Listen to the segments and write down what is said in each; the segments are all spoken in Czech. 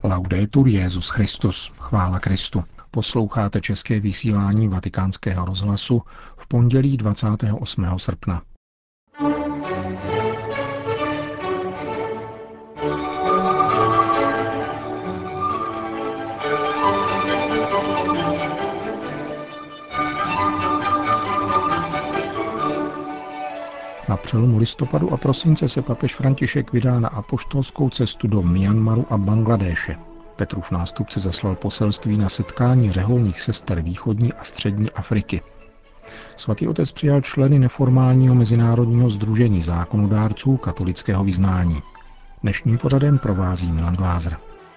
Laudetur Jesus Christus, chvála Kristu. Posloucháte české vysílání Vatikánského rozhlasu v pondělí 28. srpna. Na přelomu listopadu a prosince se papež František vydá na apoštolskou cestu do Myanmaru a Bangladéše. Petrův nástupce zaslal poselství na setkání řeholních sester východní a střední Afriky. Svatý otec přijal členy neformálního mezinárodního sdružení zákonodárců katolického vyznání. Dnešním pořadem provází Milan Glázer.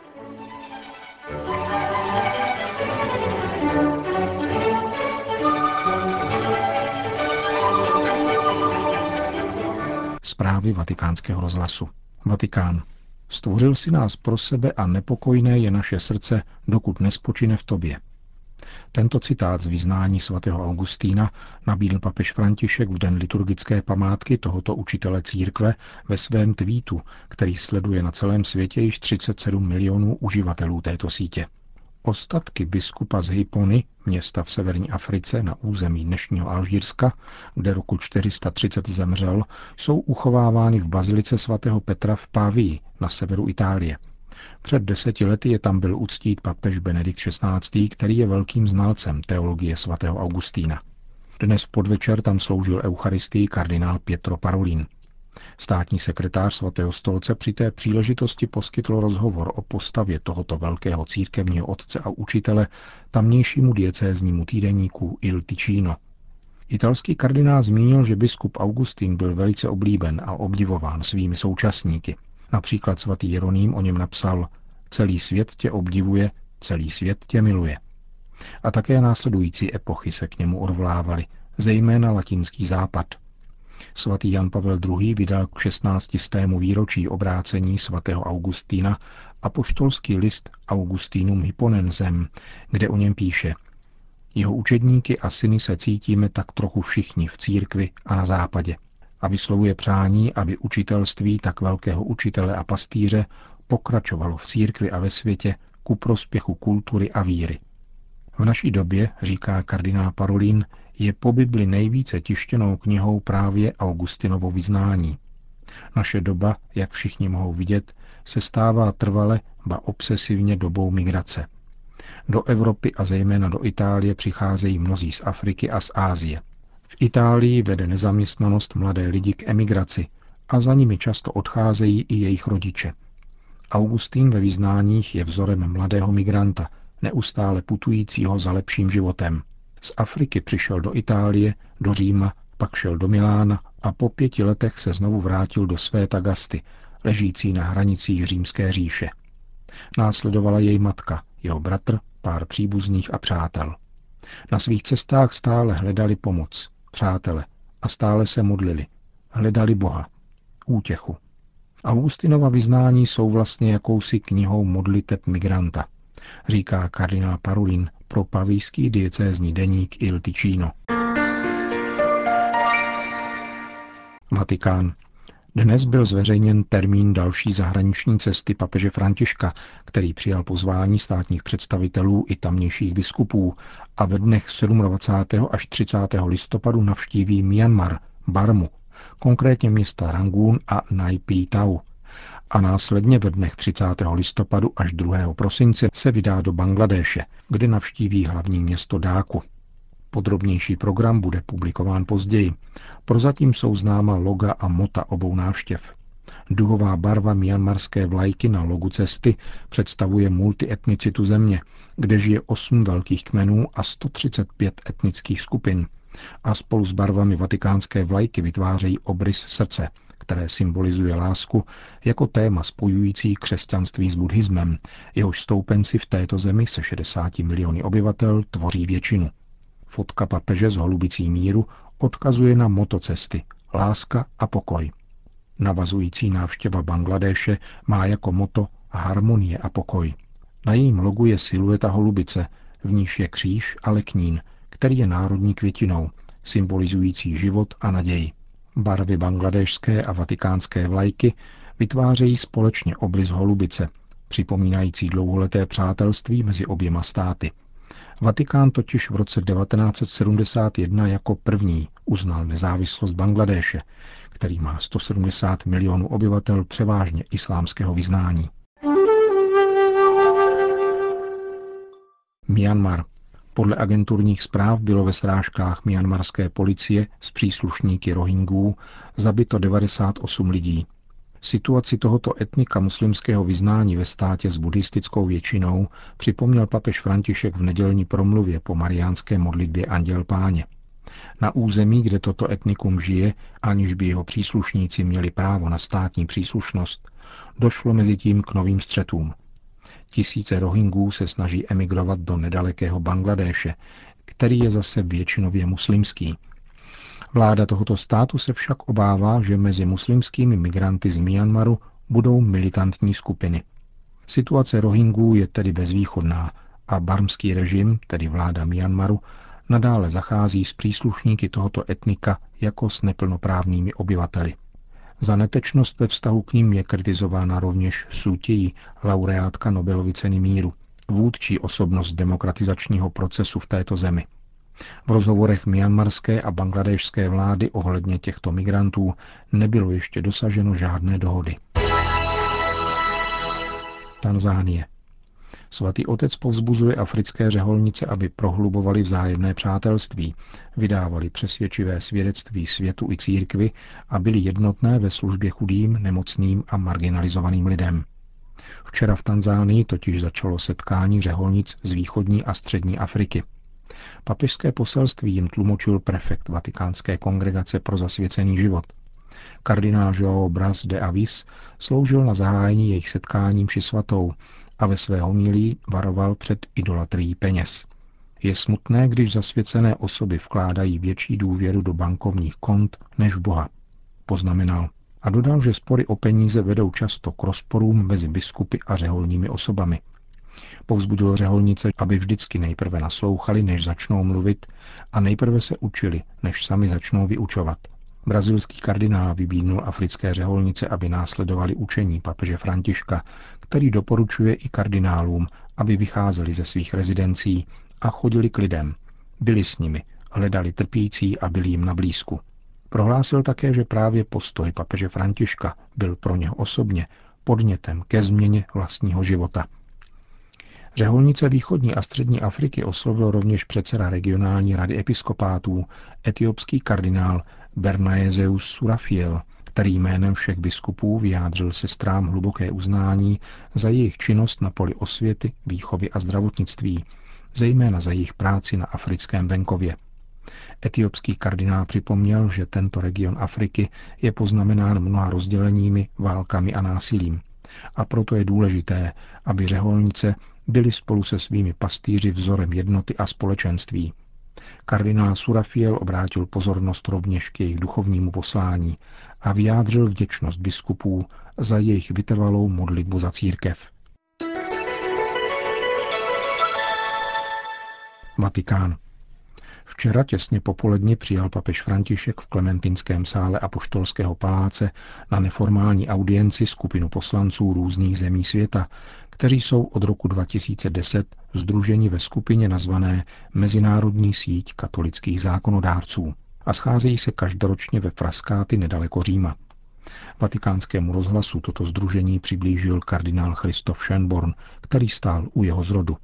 Zprávy Vatikánského rozhlasu. Vatikán. Stvořil si nás pro sebe a nepokojné je naše srdce, dokud nespočine v tobě. Tento citát z vyznání svatého Augustína nabídl papež František v den liturgické památky tohoto učitele církve ve svém tweetu, který sleduje na celém světě již 37 milionů uživatelů této sítě. Ostatky biskupa z Hipony, města v severní Africe na území dnešního Alžírska, kde roku 430 zemřel, jsou uchovávány v bazilice svatého Petra v Pavii na severu Itálie. Před 10 lety je tam byl uctít papež Benedikt XVI., který je velkým znalcem teologie svatého Augustína. Dnes v podvečer tam sloužil eucharistii kardinál Pietro Parolin. Státní sekretář svatého stolce při té příležitosti poskytl rozhovor o postavě tohoto velkého církevního otce a učitele tamnějšímu diecéznímu týdeníku Il Ticino. Italský kardinál zmínil, že biskup Augustín byl velice oblíben a obdivován svými současníky. Například svatý Jeroným o něm napsal: celý svět tě obdivuje, celý svět tě miluje. A také následující epochy se k němu odvolávaly, zejména latinský západ. Svatý Jan Pavel II. Vydal k 16. výročí obrácení svatého Augustína apoštolský list Augustinum Hipponensem, kde o něm píše: jeho učedníky a syny se cítíme tak trochu všichni v církvi a na západě, a vyslovuje přání, aby učitelství tak velkého učitele a pastýře pokračovalo v církvi a ve světě ku prospěchu kultury a víry. V naší době, říká kardinál Parolin, je po Bibli nejvíce tištěnou knihou právě Augustinovo vyznání. Naše doba, jak všichni mohou vidět, se stává trvale, ba obsesivně dobou migrace. Do Evropy a zejména do Itálie přicházejí mnozí z Afriky a z Asie. V Itálii vede nezaměstnanost mladé lidi k emigraci a za nimi často odcházejí i jejich rodiče. Augustín ve vyznáních je vzorem mladého migranta, neustále putujícího za lepším životem. Z Afriky přišel do Itálie, do Říma, pak šel do Milána a po 5 letech se znovu vrátil do své Tagasty, ležící na hranicích Římské říše. Následovala jej matka, jeho bratr, pár příbuzných a přátel. Na svých cestách stále hledali pomoc, přátele, a stále se modlili. Hledali Boha, útěchu. Augustinova vyznání jsou vlastně jakousi knihou modliteb migranta, říká kardinál Parolin pro pavijský diecézní deník Il Ticino. Vatikán. Dnes byl zveřejněn termín další zahraniční cesty papeže Františka, který přijal pozvání státních představitelů i tamnějších biskupů a ve dnech 27. až 30. listopadu navštíví Myanmar, Barmu, konkrétně města Rangoon a Naypyi Tau. A následně ve dnech 30. listopadu až 2. prosince se vydá do Bangladéše, kde navštíví hlavní město Dáku. Podrobnější program bude publikován později. Prozatím jsou známa loga a mota obou návštěv. Duhová barva myanmarské vlajky na logu cesty představuje multietnicitu země, kde žije 8 velkých kmenů a 135 etnických skupin. A spolu s barvami vatikánské vlajky vytvářejí obrys srdce, které symbolizuje lásku jako téma spojující křesťanství s buddhismem, jehož stoupenci v této zemi se 60 miliony obyvatel tvoří většinu. Fotka papeže s holubicí míru odkazuje na motto cesty – láska a pokoj. Navazující návštěva Bangladéše má jako motto harmonie a pokoj. Na jejím logu je silueta holubice, v níž je kříž a leknín, který je národní květinou, symbolizující život a naději. Barvy bangladéšské a vatikánské vlajky vytvářejí společně obrys holubice, připomínající dlouholeté přátelství mezi oběma státy. Vatikán totiž v roce 1971 jako první uznal nezávislost Bangladéše, který má 170 milionů obyvatel převážně islámského vyznání. Myanmar. Podle agenturních zpráv bylo ve srážkách myanmarské policie s příslušníky Rohingů zabito 98 lidí. Situaci tohoto etnika muslimského vyznání ve státě s buddhistickou většinou připomněl papež František v nedělní promluvě po mariánské modlitbě Anděl Páně. Na území, kde toto etnikum žije, aniž by jeho příslušníci měli právo na státní příslušnost, došlo mezitím k novým střetům. Tisíce Rohingů se snaží emigrovat do nedalekého Bangladéše, který je zase většinově muslimský. Vláda tohoto státu se však obává, že mezi muslimskými migranty z Myanmaru budou militantní skupiny. Situace Rohingů je tedy bezvýchodná a barmský režim, tedy vláda Myanmaru, nadále zachází s příslušníky tohoto etnika jako s neplnoprávnými obyvateli. Za netečnost ve vztahu k nim je kritizována rovněž Suu Kyi, laureátka Nobelovy ceny míru, vůdčí osobnost demokratizačního procesu v této zemi. V rozhovorech myanmarské a bangladéšské vlády ohledně těchto migrantů nebylo ještě dosaženo žádné dohody. Tanzánie. Svatý otec povzbuzuje africké řeholnice, aby prohlubovali vzájemné přátelství, vydávali přesvědčivé svědectví světu i církvi a byli jednotné ve službě chudým, nemocným a marginalizovaným lidem. Včera v Tanzánii totiž začalo setkání řeholnic z východní a střední Afriky. Papežské poselství jim tlumočil prefekt Vatikánské kongregace pro zasvěcený život. Kardinál João Braz de Avis sloužil na zahájení jejich setkání mši svatou a ve své homilii varoval před idolatrií peněz. Je smutné, když zasvěcené osoby vkládají větší důvěru do bankovních kont než v Boha, poznamenal. A dodal, že spory o peníze vedou často k rozporům mezi biskupy a řeholními osobami. Povzbudil řeholnice, aby vždycky nejprve naslouchali, než začnou mluvit, a nejprve se učili, než sami začnou vyučovat. Brazilský kardinál vybídnul africké řeholnice, aby následovali učení papeže Františka, který doporučuje i kardinálům, aby vycházeli ze svých rezidencí a chodili k lidem. Byli s nimi, hledali trpící a byli jim na blízku. Prohlásil také, že právě postoj papeže Františka byl pro něho osobně podnětem ke změně vlastního života. Řeholnice východní a střední Afriky oslovil rovněž předseda regionální rady episkopátů, etiopský kardinál Bernayezeus Surafiel, který jménem všech biskupů vyjádřil sestrám hluboké uznání za jejich činnost na poli osvěty, výchovy a zdravotnictví, zejména za jejich práci na africkém venkově. Etiopský kardinál připomněl, že tento region Afriky je poznamenán mnoha rozděleními, válkami a násilím. A proto je důležité, aby řeholnice byli spolu se svými pastýři vzorem jednoty a společenství. Kardinál Surafiel obrátil pozornost rovněž k jejich duchovnímu poslání a vyjádřil vděčnost biskupů za jejich vytrvalou modlitbu za církev. Vatikán. Včera těsně popoledni přijal papež František v Klementinském sále Apoštolského paláce na neformální audienci skupinu poslanců různých zemí světa, kteří jsou od roku 2010 sdruženi ve skupině nazvané Mezinárodní síť katolických zákonodárců a scházejí se každoročně ve Frascati nedaleko Říma. Vatikánskému rozhlasu toto sdružení přiblížil kardinál Christoph Schönborn, který stál u jeho zrodu.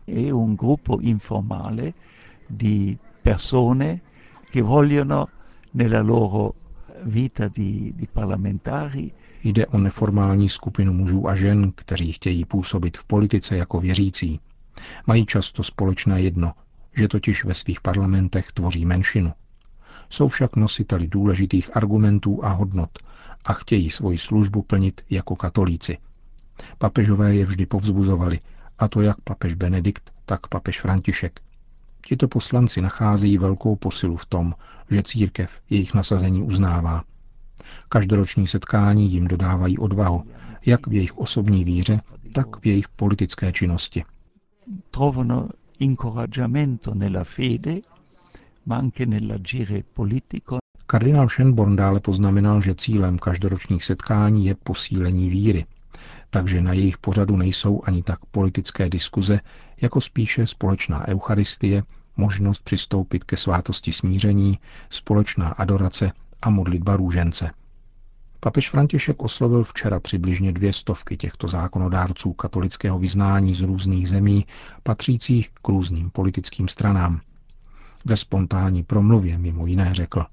Persone che vogliono nella loro vita di parlamentari. Jde o neformální skupinu mužů a žen, kteří chtějí působit v politice jako věřící. Mají často společné jedno, že totiž ve svých parlamentech tvoří menšinu. Jsou však nositeli důležitých argumentů a hodnot a chtějí svoji službu plnit jako katolíci. Papežové je vždy povzbuzovali, a to jak papež Benedikt, tak papež František. Tito poslanci nacházejí velkou posilu v tom, že církev jejich nasazení uznává. Každoroční setkání jim dodávají odvahu, jak v jejich osobní víře, tak v jejich politické činnosti. Trovano incoraggiamento nella fede, ma anche nell'agire politico. Kardinál Schönborn dále poznamenal, že cílem každoročních setkání je posílení víry. takže na jejich pořadu nejsou ani tak politické diskuze, jako spíše společná eucharistie, možnost přistoupit ke svátosti smíření, společná adorace a modlitba růžence. Papež František oslovil včera přibližně 200 těchto zákonodárců katolického vyznání z různých zemí, patřících k různým politickým stranám. Ve spontánní promluvě mimo jiné řekl: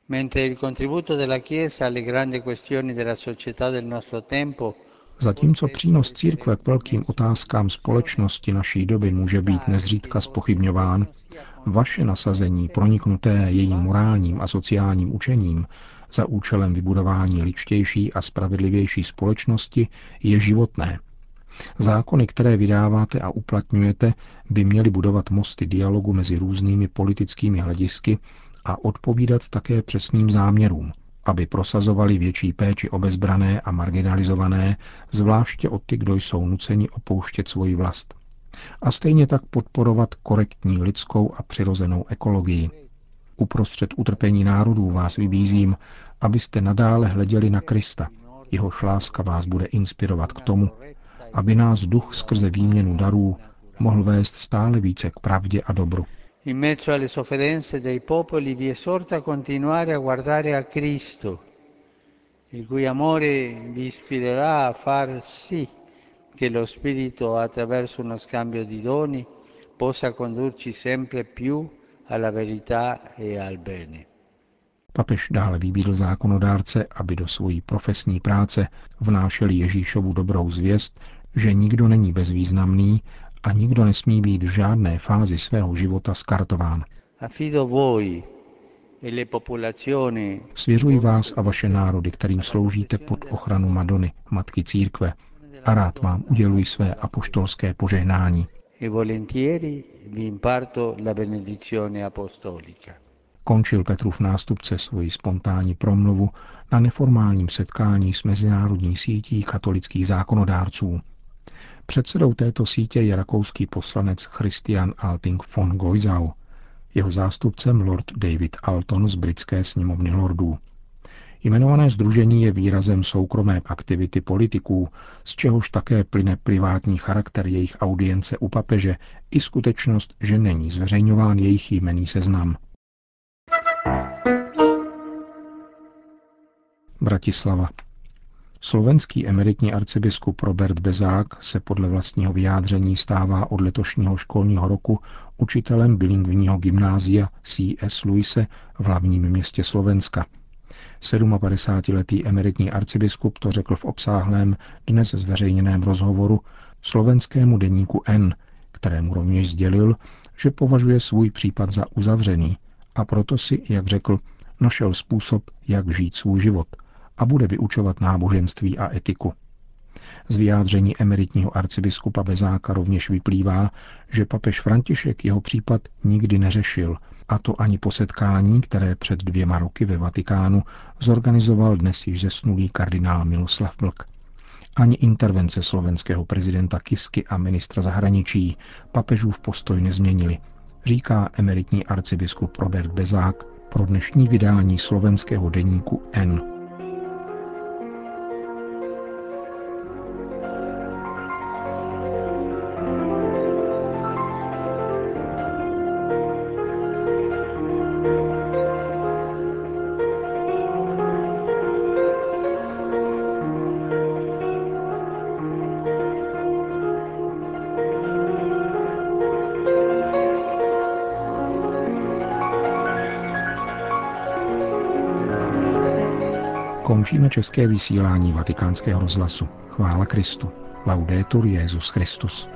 Zatímco přínos církve k velkým otázkám společnosti naší doby může být nezřídka zpochybňován, vaše nasazení, proniknuté jejím morálním a sociálním učením, za účelem vybudování lidštější a spravedlivější společnosti, je životné. Zákony, které vydáváte a uplatňujete, by měly budovat mosty dialogu mezi různými politickými hledisky a odpovídat také přesným záměrům, aby prosazovali větší péči o bezbrané a marginalizované, zvláště o ty, kdo jsou nuceni opouštět svoji vlast. A stejně tak podporovat korektní lidskou a přirozenou ekologii. Uprostřed utrpení národů vás vybízím, abyste nadále hleděli na Krista, jehož láska vás bude inspirovat k tomu, aby nás duch skrze výměnu darů mohl vést stále více k pravdě a dobru. In mezzo alle sofferenze dei popoli vi esorta a continuare a guardare a Cristo, il cui amore vi ispirerà a far sì che lo Spirito, attraverso uno scambio di doni, possa condurci sempre più alla verità e al bene. Papež dále vybídl zákonodárce, aby do svojí profesní práce vnášeli Ježíšovu dobrou zvěst, že nikdo není bezvýznamný a nikdo nesmí být v žádné fázi svého života skartován. Svěřuji vás a vaše národy, kterým sloužíte, pod ochranu Madony, Matky Církve, a rád vám uděluji své apoštolské požehnání. Končil Petrův nástupce svoji spontánní promluvu na neformálním setkání s mezinárodní sítí katolických zákonodárců. Předsedou této sítě je rakouský poslanec Christian Alting von Geusau, jeho zástupcem lord David Alton z britské sněmovny lordů. Jmenované sdružení je výrazem soukromé aktivity politiků, z čehož také plyne privátní charakter jejich audience u papeže i skutečnost, že není zveřejňován jejich jmenný seznam. Bratislava. Slovenský emeritní arcibiskup Robert Bezák se podle vlastního vyjádření stává od letošního školního roku učitelem bilingvního gymnázia C.S. Lewise v hlavním městě Slovenska. 57letý emeritní arcibiskup to řekl v obsáhlém dnes zveřejněném rozhovoru slovenskému deníku N, kterému rovněž sdělil, že považuje svůj případ za uzavřený a proto si, jak řekl, našel způsob, jak žít svůj život a bude vyučovat náboženství a etiku. Z vyjádření emeritního arcibiskupa Bezáka rovněž vyplývá, že papež František jeho případ nikdy neřešil, a to ani po setkání, které před 2 roky ve Vatikánu zorganizoval dnes již zesnulý kardinál Miloslav Vlk. Ani intervence slovenského prezidenta Kisky a ministra zahraničí papežův postoj nezměnili, říká emeritní arcibiskup Robert Bezák pro dnešní vydání slovenského deníku N. Končíme české vysílání Vatikánského rozhlasu. Chvála Kristu. Laudetur Jesus Christus.